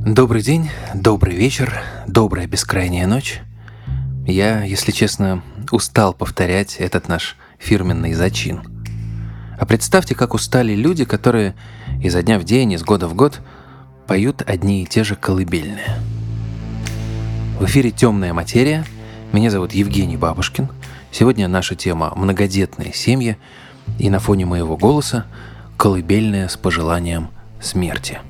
Добрый день, добрый вечер, добрая бескрайняя ночь. Я, если честно, устал повторять этот наш фирменный зачин. А представьте, как устали люди, которые изо дня в день, из года в год поют одни и те же колыбельные. В эфире «Темная материя». Меня зовут Евгений Бабушкин. Сегодня наша тема «Многодетные семьи», и на фоне моего голоса колыбельная с пожеланием смерти.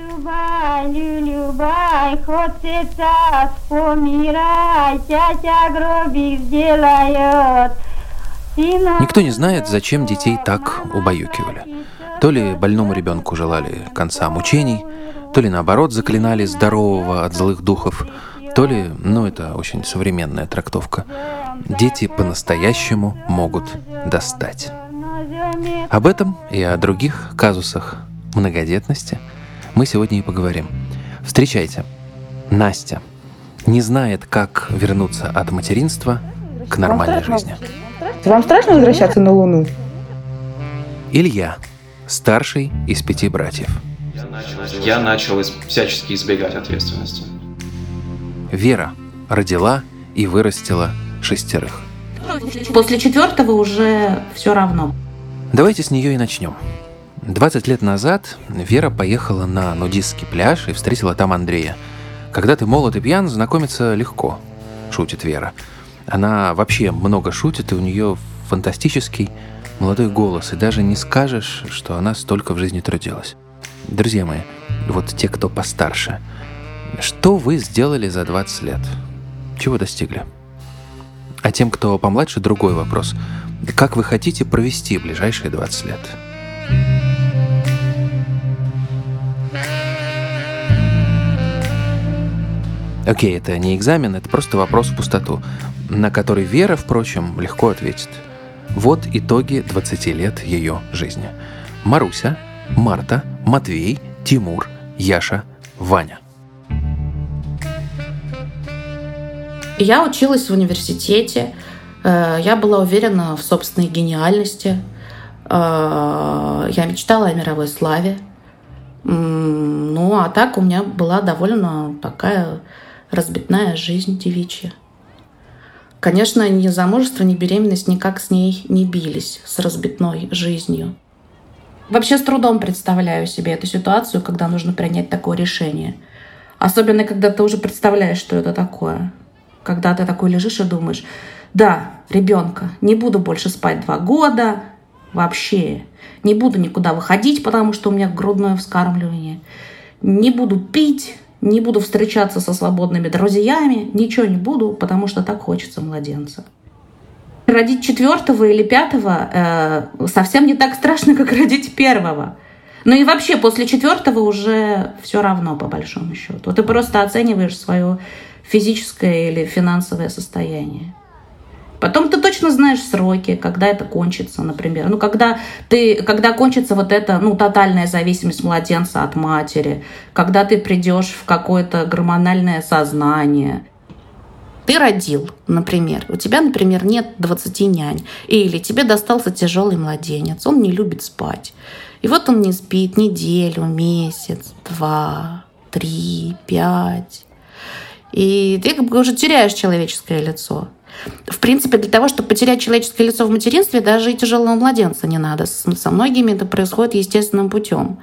Любай, хочется помирать, тятя гробик сделает. Никто не знает, зачем детей так убаюкивали. То ли больному ребенку желали конца мучений, то ли наоборот заклинали здорового от злых духов, то ли, это очень современная трактовка, дети по-настоящему могут достать. Об этом и о других казусах многодетности мы сегодня и поговорим. Встречайте, Настя не знает, как вернуться от материнства к нормальной жизни. Вам страшно возвращаться на Луну? Илья, старший из 5 братьев. Я начал всячески избегать ответственности. Вера родила и вырастила 6. После 4-го уже все равно. Давайте с нее и начнем. 20 лет назад Вера поехала на нудистский пляж и встретила там Андрея. Когда ты молод и пьян, знакомиться легко, шутит Вера. Она вообще много шутит, и у нее фантастический молодой голос, и даже не скажешь, что она столько в жизни трудилась. Друзья мои, вот те, кто постарше, что вы сделали за 20 лет? Чего достигли? А тем, кто помладше, другой вопрос. Как вы хотите провести ближайшие 20 лет? Окей, это не экзамен, это просто вопрос в пустоту, на который Вера, впрочем, легко ответит. Вот итоги 20 лет ее жизни. Маруся, Марта, Матвей, Тимур, Яша, Ваня. Я училась в университете, я была уверена в собственной гениальности, я мечтала о мировой славе. А так у меня была довольно такая разбитная жизнь девичья. Конечно, ни замужество, ни беременность никак с ней не бились, с разбитной жизнью. Вообще с трудом представляю себе эту ситуацию, когда нужно принять такое решение. Особенно, когда ты уже представляешь, что это такое. Когда ты такой лежишь и думаешь, да, ребенка, не буду больше спать 2 года, вообще. Не буду никуда выходить, потому что у меня грудное вскармливание. Не буду пить, не буду встречаться со свободными друзьями, ничего не буду, потому что так хочется младенца. Родить 4-го или 5-го совсем не так страшно, как родить 1-го. И вообще после 4-го уже все равно, по большому счету. Ты просто оцениваешь свое физическое или финансовое состояние. Потом ты точно знаешь сроки, когда это кончится, например. Когда кончится вот эта тотальная зависимость младенца от матери, когда ты придешь в какое-то гормональное сознание. Ты родил, например. У тебя, например, нет 20 нянь. Или тебе достался тяжелый младенец. Он не любит спать. И вот он не спит неделю, месяц, 2, 3, 5. И ты уже теряешь человеческое лицо. В принципе, для того, чтобы потерять человеческое лицо в материнстве, даже и тяжелого младенца не надо. Со многими это происходит естественным путем.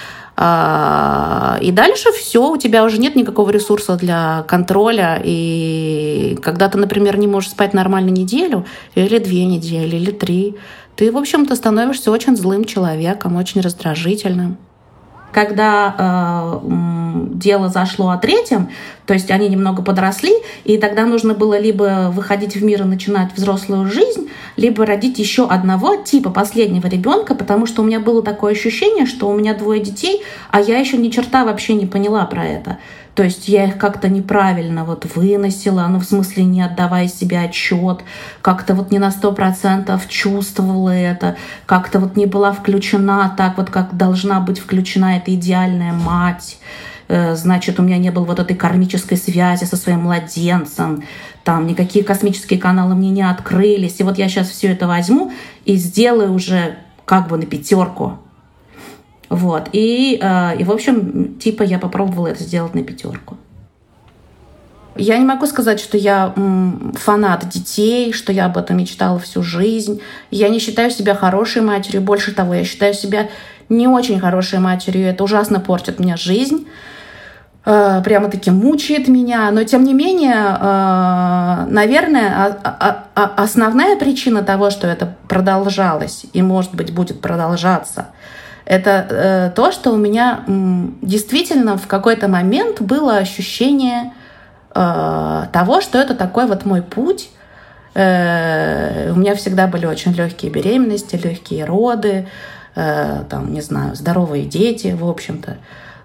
И дальше все, у тебя уже нет никакого ресурса для контроля. И когда ты, например, не можешь спать нормально неделю, или 2 недели, или 3, ты, в общем-то, становишься очень злым человеком, очень раздражительным. Когда дело зашло о 3-м, то есть они немного подросли, и тогда нужно было либо выходить в мир и начинать взрослую жизнь, либо родить еще одного типа последнего ребенка, потому что у меня было такое ощущение, что у меня 2 детей, а я еще ни черта вообще не поняла про это. То есть я их как-то неправильно выносила, в смысле не отдавая себе отчет, как-то не на 100% чувствовала это, как-то не была включена так, как должна быть включена эта идеальная мать. Значит, у меня не было этой кармической связи со своим младенцем, там никакие космические каналы мне не открылись. И я сейчас все это возьму и сделаю уже на 5. Вот. И, в общем, типа я попробовала это сделать на 5. Я не могу сказать, что я фанат детей, что я об этом мечтала всю жизнь. Я не считаю себя хорошей матерью. Больше того, я считаю себя не очень хорошей матерью. Это ужасно портит мне жизнь. Прямо-таки мучает меня. Но, тем не менее, наверное, основная причина того, что это продолжалось и, может быть, будет продолжаться, это то, что у меня действительно в какой-то момент было ощущение того, что это такой вот мой путь. У меня всегда были очень легкие беременности, легкие роды, там, не знаю, здоровые дети, в общем-то.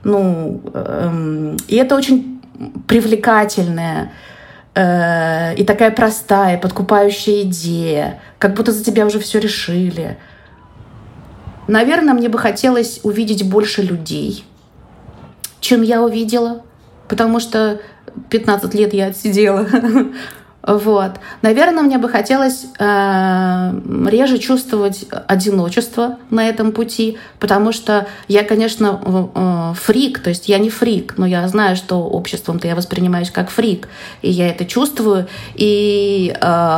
И это очень привлекательная и такая простая, подкупающая идея, как будто за тебя уже все решили. Наверное, мне бы хотелось увидеть больше людей, чем я увидела, потому что 15 лет я отсидела. Вот. Наверное, мне бы хотелось реже чувствовать одиночество на этом пути, потому что я, конечно, фрик, то есть я не фрик, но я знаю, что обществом-то я воспринимаюсь как фрик, и я это чувствую, и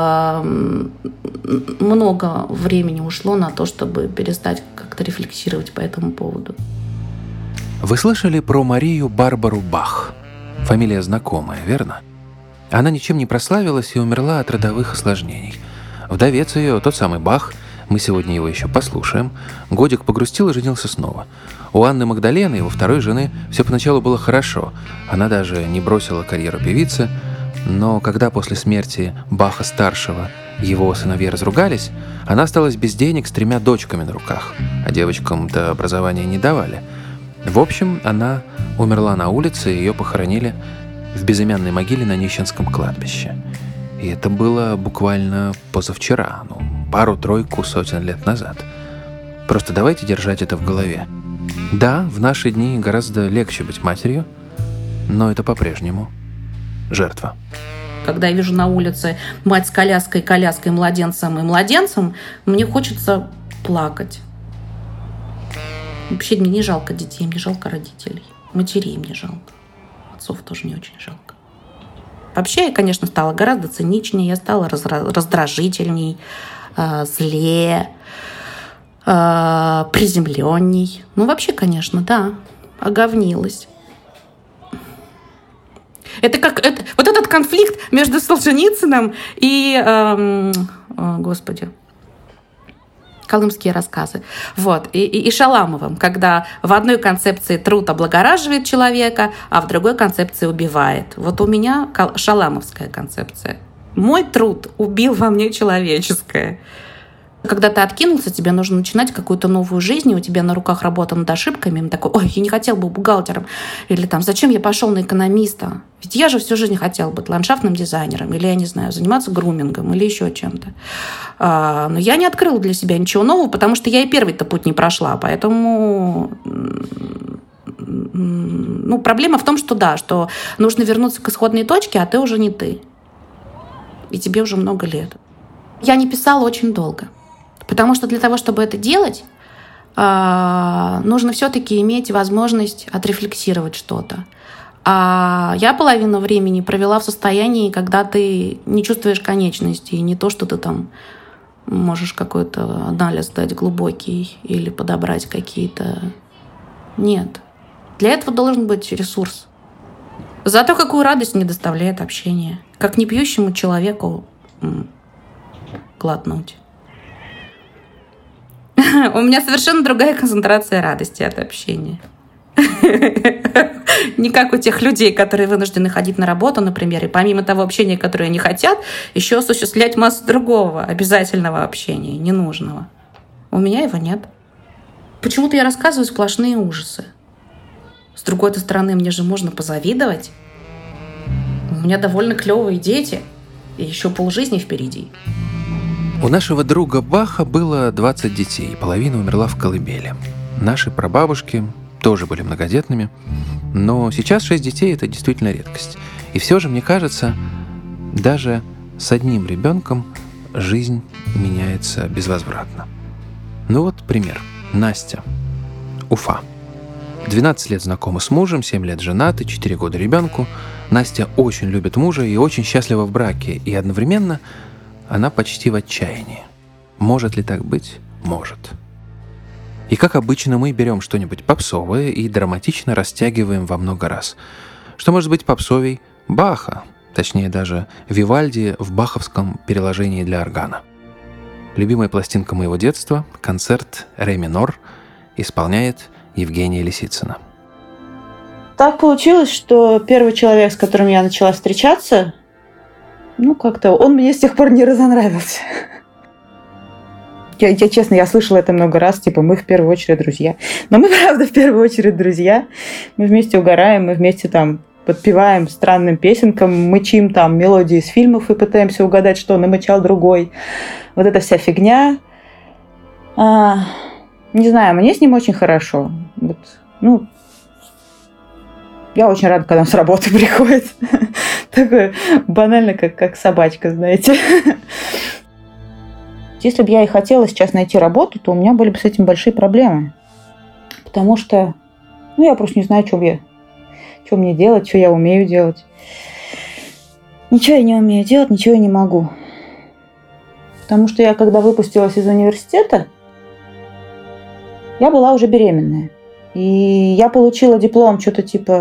много времени ушло на то, чтобы перестать как-то рефлексировать по этому поводу. Вы слышали про Марию Барбару Бах? Фамилия знакомая, верно? Она ничем не прославилась и умерла от родовых осложнений. Вдовец ее, тот самый Бах, мы сегодня его еще послушаем, годик погрустил и женился снова. У Анны Магдалены, его второй жены, все поначалу было хорошо. Она даже не бросила карьеру певицы, но когда после смерти Баха-старшего его сыновья разругались, она осталась без денег с 3 дочками на руках, а девочкам-то образования не давали. В общем, она умерла на улице, и ее похоронили в безымянной могиле на Нищенском кладбище. И это было буквально позавчера, пару-тройку сотен лет назад. Просто давайте держать это в голове. Да, в наши дни гораздо легче быть матерью, но это по-прежнему жертва. Когда я вижу на улице мать с коляской, младенцем и младенцем, мне хочется плакать. Вообще мне не жалко детей, мне жалко родителей. Матерей мне жалко. Отцов тоже не очень жалко. Вообще я, конечно, стала гораздо циничнее, я стала раздражительней, злее, приземленней. Вообще, конечно, да, оговнилась. Это как вот этот конфликт между Солженицыным и, колымские рассказы. Вот. И Шаламовым, когда в одной концепции труд облагораживает человека, а в другой концепции убивает. Вот у меня шаламовская концепция. Мой труд убил во мне человеческое. Когда ты откинулся, тебе нужно начинать какую-то новую жизнь, и у тебя на руках работа над ошибками, и такой: ой, я не хотел быть бухгалтером. Или зачем я пошел на экономиста? Ведь я же всю жизнь хотел быть ландшафтным дизайнером, или, я не знаю, заниматься грумингом, или еще чем-то. Но я не открыла для себя ничего нового, потому что я и первый-то путь не прошла. Поэтому проблема в том, что нужно вернуться к исходной точке, а ты уже не ты. И тебе уже много лет. Я не писала очень долго. Потому что для того, чтобы это делать, нужно все-таки иметь возможность отрефлексировать что-то. А я половину времени провела в состоянии, когда ты не чувствуешь конечности, и не то, что ты можешь какой-то анализ дать глубокий или подобрать какие-то... Нет. Для этого должен быть ресурс. Зато какую радость мне доставляет общение. Как непьющему человеку глотнуть. У меня совершенно другая концентрация радости от общения. Не как у тех людей, которые вынуждены ходить на работу, например, и помимо того общения, которое они хотят, еще осуществлять массу другого обязательного общения, ненужного. У меня его нет. Почему-то я рассказываю сплошные ужасы. С другой стороны, мне же можно позавидовать. У меня довольно клевые дети, и еще полжизни впереди. У нашего друга Баха было 20 детей, половина умерла в колыбели. Наши прабабушки тоже были многодетными, но сейчас 6 детей – это действительно редкость. И все же, мне кажется, даже с одним ребенком жизнь меняется безвозвратно. Пример. Настя. Уфа. 12 лет знакомы с мужем, 7 лет женаты, 4 года ребенку. Настя очень любит мужа и очень счастлива в браке, и одновременно она почти в отчаянии. Может ли так быть? Может. И как обычно, мы берем что-нибудь попсовое и драматично растягиваем во много раз. Что может быть попсовей? Баха, точнее даже Вивальди в баховском переложении для органа. Любимая пластинка моего детства, концерт «Ре минор», исполняет Евгения Лисицына. Так получилось, что первый человек, с которым я начала встречаться, как-то он мне с тех пор не разонравился. Я честно, я слышала это много раз, мы в первую очередь друзья. Но мы, правда, в первую очередь друзья. Мы вместе угораем, мы вместе подпеваем странным песенкам, мычим мелодии из фильмов и пытаемся угадать, что намычал другой. Вот эта вся фигня. Не знаю, мне с ним очень хорошо. Я очень рада, когда он с работы приходит. Такое банально, как собачка, знаете. Если бы я и хотела сейчас найти работу, то у меня были бы с этим большие проблемы. Потому что, я просто не знаю, что мне делать, что я умею делать. Ничего я не умею делать, ничего я не могу. Потому что я, когда выпустилась из университета, я была уже беременная. И я получила диплом что-то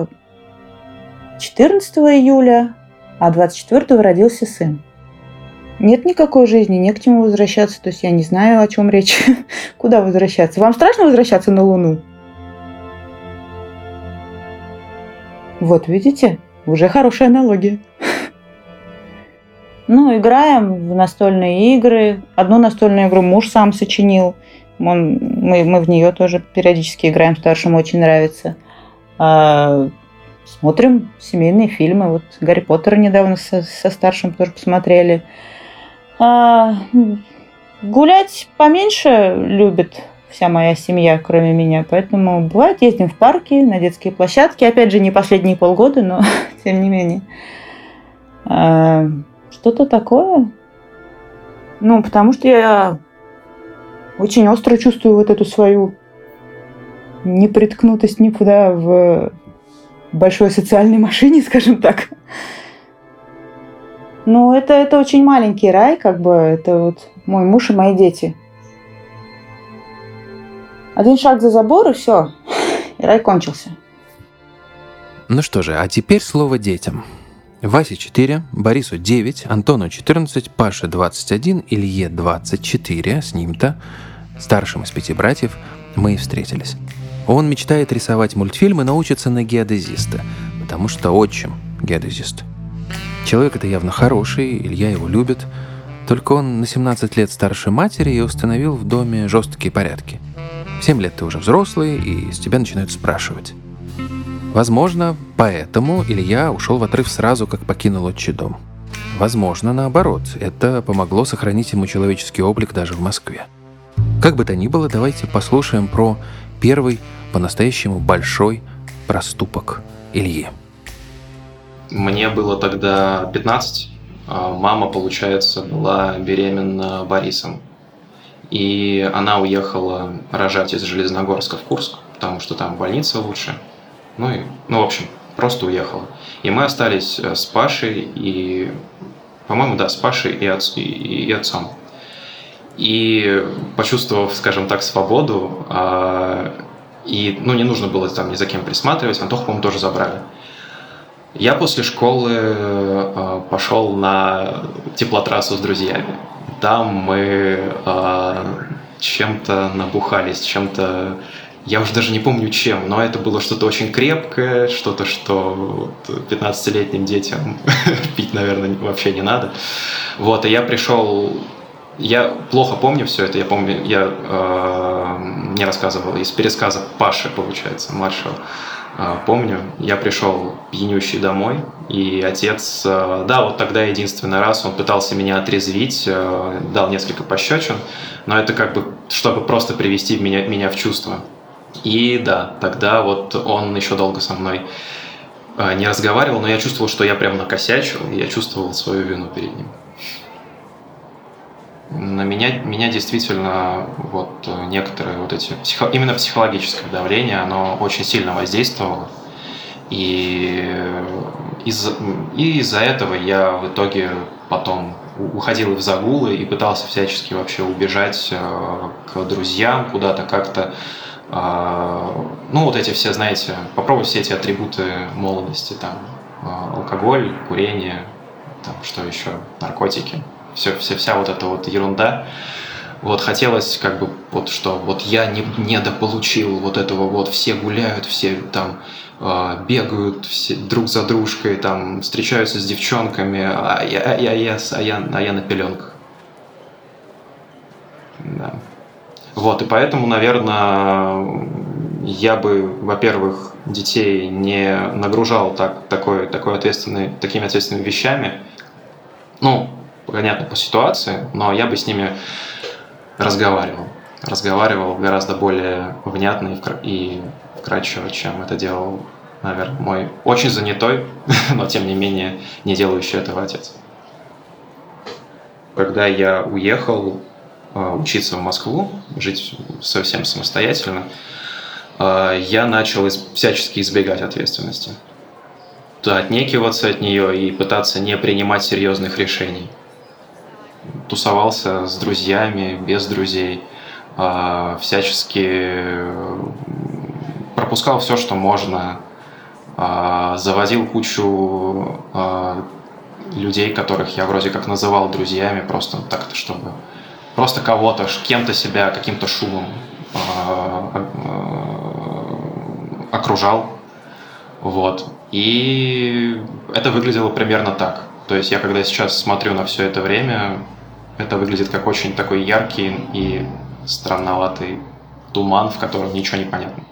14 июля, а 24-го родился сын. Нет никакой жизни, не к чему возвращаться. То есть я не знаю, о чем речь. Куда возвращаться? Вам страшно возвращаться на Луну? Вот, видите? Уже хорошая аналогия. Играем в настольные игры. Одну настольную игру муж сам сочинил. Мы в нее тоже периодически играем, старшему очень нравится. Смотрим семейные фильмы. Вот Гарри Поттера недавно со старшим тоже посмотрели. Гулять поменьше любит вся моя семья, кроме меня. Поэтому бывает, ездим в парки, на детские площадки. Опять же, не последние полгода, но тем не менее. Что-то такое. Потому что я очень остро чувствую вот эту свою неприткнутость никуда в большой социальной машине, скажем так. Это очень маленький рай, это вот мой муж и мои дети. Один шаг за забор, и все, и рай кончился. Ну что же, а теперь слово детям. Васе 4, Борису 9, Антону 14, Паше 21, Илье 24, с ним-то, старшим из 5 братьев, мы и встретились. Он мечтает рисовать мультфильмы, научиться на геодезиста, потому что отчим геодезист. Человек это явно хороший, Илья его любит, только он на 17 лет старше матери и установил в доме жесткие порядки. В 7 лет ты уже взрослый, и с тебя начинают спрашивать. Возможно, поэтому Илья ушел в отрыв сразу, как покинул отчий дом. Возможно, наоборот, это помогло сохранить ему человеческий облик даже в Москве. Как бы то ни было, давайте послушаем про первый по-настоящему большой проступок Ильи. Мне было тогда 15. Мама, получается, была беременна Борисом. И она уехала рожать из Железногорска в Курск, потому что там больница лучше. В общем, просто уехала. И мы остались с Пашей и, по-моему, с Пашей и отцом. И почувствовав, скажем так, свободу, и не нужно было ни за кем присматривать, Антоху, по-моему, тоже забрали. Я после школы пошел на теплотрассу с друзьями. Там мы чем-то набухались, чем-то... Я уже даже не помню чем, но это было что-то очень крепкое, что-то, что 15-летним детям пить, наверное, вообще не надо. И я пришел... Я плохо помню все это, я помню, мне рассказывал из пересказа Паши, получается, младшего. Помню, я пришел пьянющий домой, и отец, вот тогда единственный раз он пытался меня отрезвить, дал несколько пощечин, но это чтобы просто привести меня в чувство. И тогда он еще долго со мной не разговаривал, но я чувствовал, что я прям накосячил, и я чувствовал свою вину перед ним. на меня действительно вот некоторые вот эти именно психологическое давление, оно очень сильно воздействовало. И из-за этого я в итоге потом уходил в загулы и пытался всячески вообще убежать к друзьям куда-то как-то. Ну, вот эти все, знаете, попробовать все эти атрибуты молодости, там, алкоголь, курение, там, что еще, наркотики, вся вот эта вот ерунда. Вот хотелось как бы вот что, вот я недополучил вот этого вот, все гуляют, все там бегают все друг за дружкой, там встречаются с девчонками, а я на пеленках. Да. Вот, и поэтому, наверное, я бы, во-первых, детей не нагружал такими ответственными вещами. Ну, понятно, по ситуации, но я бы с ними разговаривал гораздо более внятно и вкратчиво, чем это делал, наверное, мой очень занятой, но тем не менее не делающий этого отец. Когда я уехал учиться в Москву, жить совсем самостоятельно, я начал всячески избегать ответственности. Отнекиваться от нее и пытаться не принимать серьезных решений. Тусовался с друзьями, без друзей, всячески пропускал все, что можно, заводил кучу людей, которых я вроде как называл друзьями, просто так-то, чтобы просто кого-то, кем-то себя, каким-то шумом окружал. Вот. И это выглядело примерно так. То есть я когда сейчас смотрю на все это время, это выглядит как очень такой яркий и странноватый туман, в котором ничего не понятно.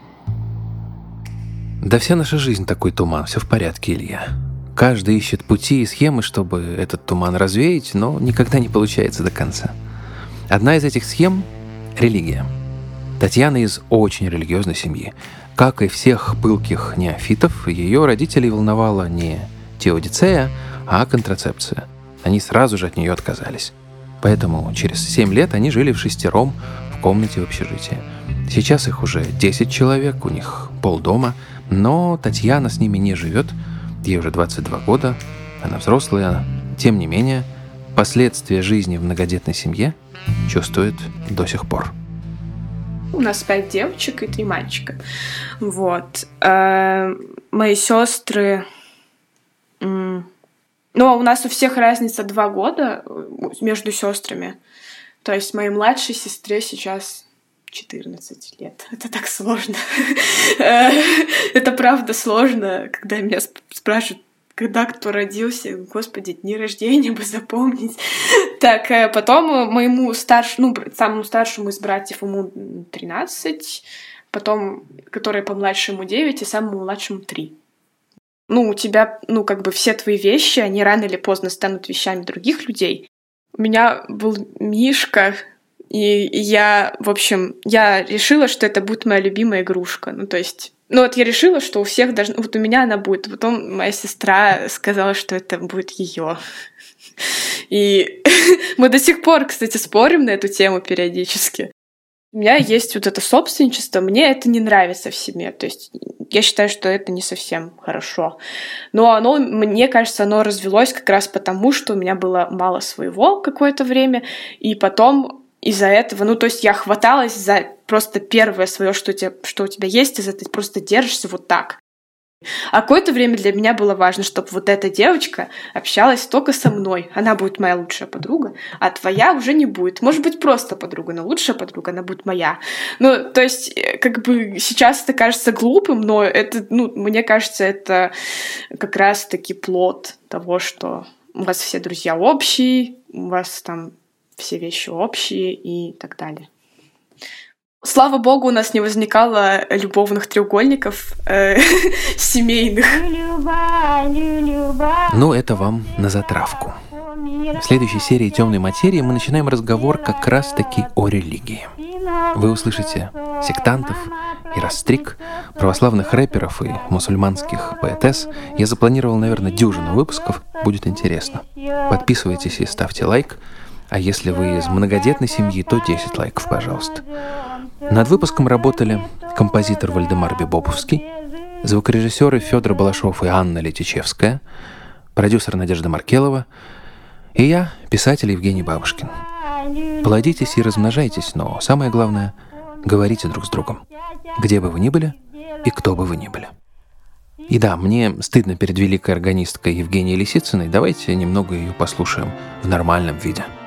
Да вся наша жизнь такой туман, все в порядке, Илья. Каждый ищет пути и схемы, чтобы этот туман развеять, но никогда не получается до конца. Одна из этих схем — религия. Татьяна из очень религиозной семьи. Как и всех пылких неофитов, ее родителей волновала не теодицея, а контрацепция. Они сразу же от нее отказались. Поэтому через 7 лет они жили вшестером в комнате в общежитии. Сейчас их уже 10 человек, у них полдома, но Татьяна с ними не живет, ей уже 22 года, она взрослая, тем не менее, последствия жизни в многодетной семье чувствует до сих пор. У нас 5 девочек и 3 мальчика. Вот. Мои сестры... Ну, у нас у всех разница 2 года между сестрами. То есть моей младшей сестре сейчас 14 лет. Это так сложно. Это правда сложно, когда меня спрашивают, когда кто родился. Господи, дни рождения бы запомнить. Так, потом моему самому старшему из братьев ему 13, потом, который помладше, ему 9, и самому младшему 3. Ну, у тебя, как бы все твои вещи, они рано или поздно станут вещами других людей. У меня был Мишка, и я решила, что это будет моя любимая игрушка. Я решила, что у всех должно... Вот у меня она будет. Потом моя сестра сказала, что это будет ее. И мы до сих пор, кстати, спорим на эту тему периодически. У меня есть вот это собственничество, мне это не нравится в семье. То есть я считаю, что это не совсем хорошо. Но мне кажется, оно развелось как раз потому, что у меня было мало своего какое-то время, и потом из-за этого, то есть я хваталась за просто первое свое, что у тебя есть, и за ты просто держишься вот так. А какое-то время для меня было важно, чтобы вот эта девочка общалась только со мной. Она будет моя лучшая подруга, а твоя уже не будет. Может быть, просто подруга, но лучшая подруга, она будет моя. То есть, как бы сейчас это кажется глупым, но это, мне кажется, это как раз-таки плод того, что у вас все друзья общие, у вас там все вещи общие и так далее. Слава богу, у нас не возникало любовных треугольников семейных. Это вам на затравку. В следующей серии «Темной материи» мы начинаем разговор как раз-таки о религии. Вы услышите сектантов и растрик, православных рэперов и мусульманских поэтесс. Я запланировал, наверное, 10 выпусков. Будет интересно. Подписывайтесь и ставьте лайк. А если вы из многодетной семьи, то 10 лайков, пожалуйста. Над выпуском работали композитор Вальдемар Бибоповский, звукорежиссеры Федор Балашов и Анна Летичевская, продюсер Надежда Маркелова и я, писатель Евгений Бабушкин. Плодитесь и размножайтесь, но самое главное — говорите друг с другом, где бы вы ни были и кто бы вы ни были. И да, мне стыдно перед великой органисткой Евгенией Лисицыной, давайте немного ее послушаем в нормальном виде.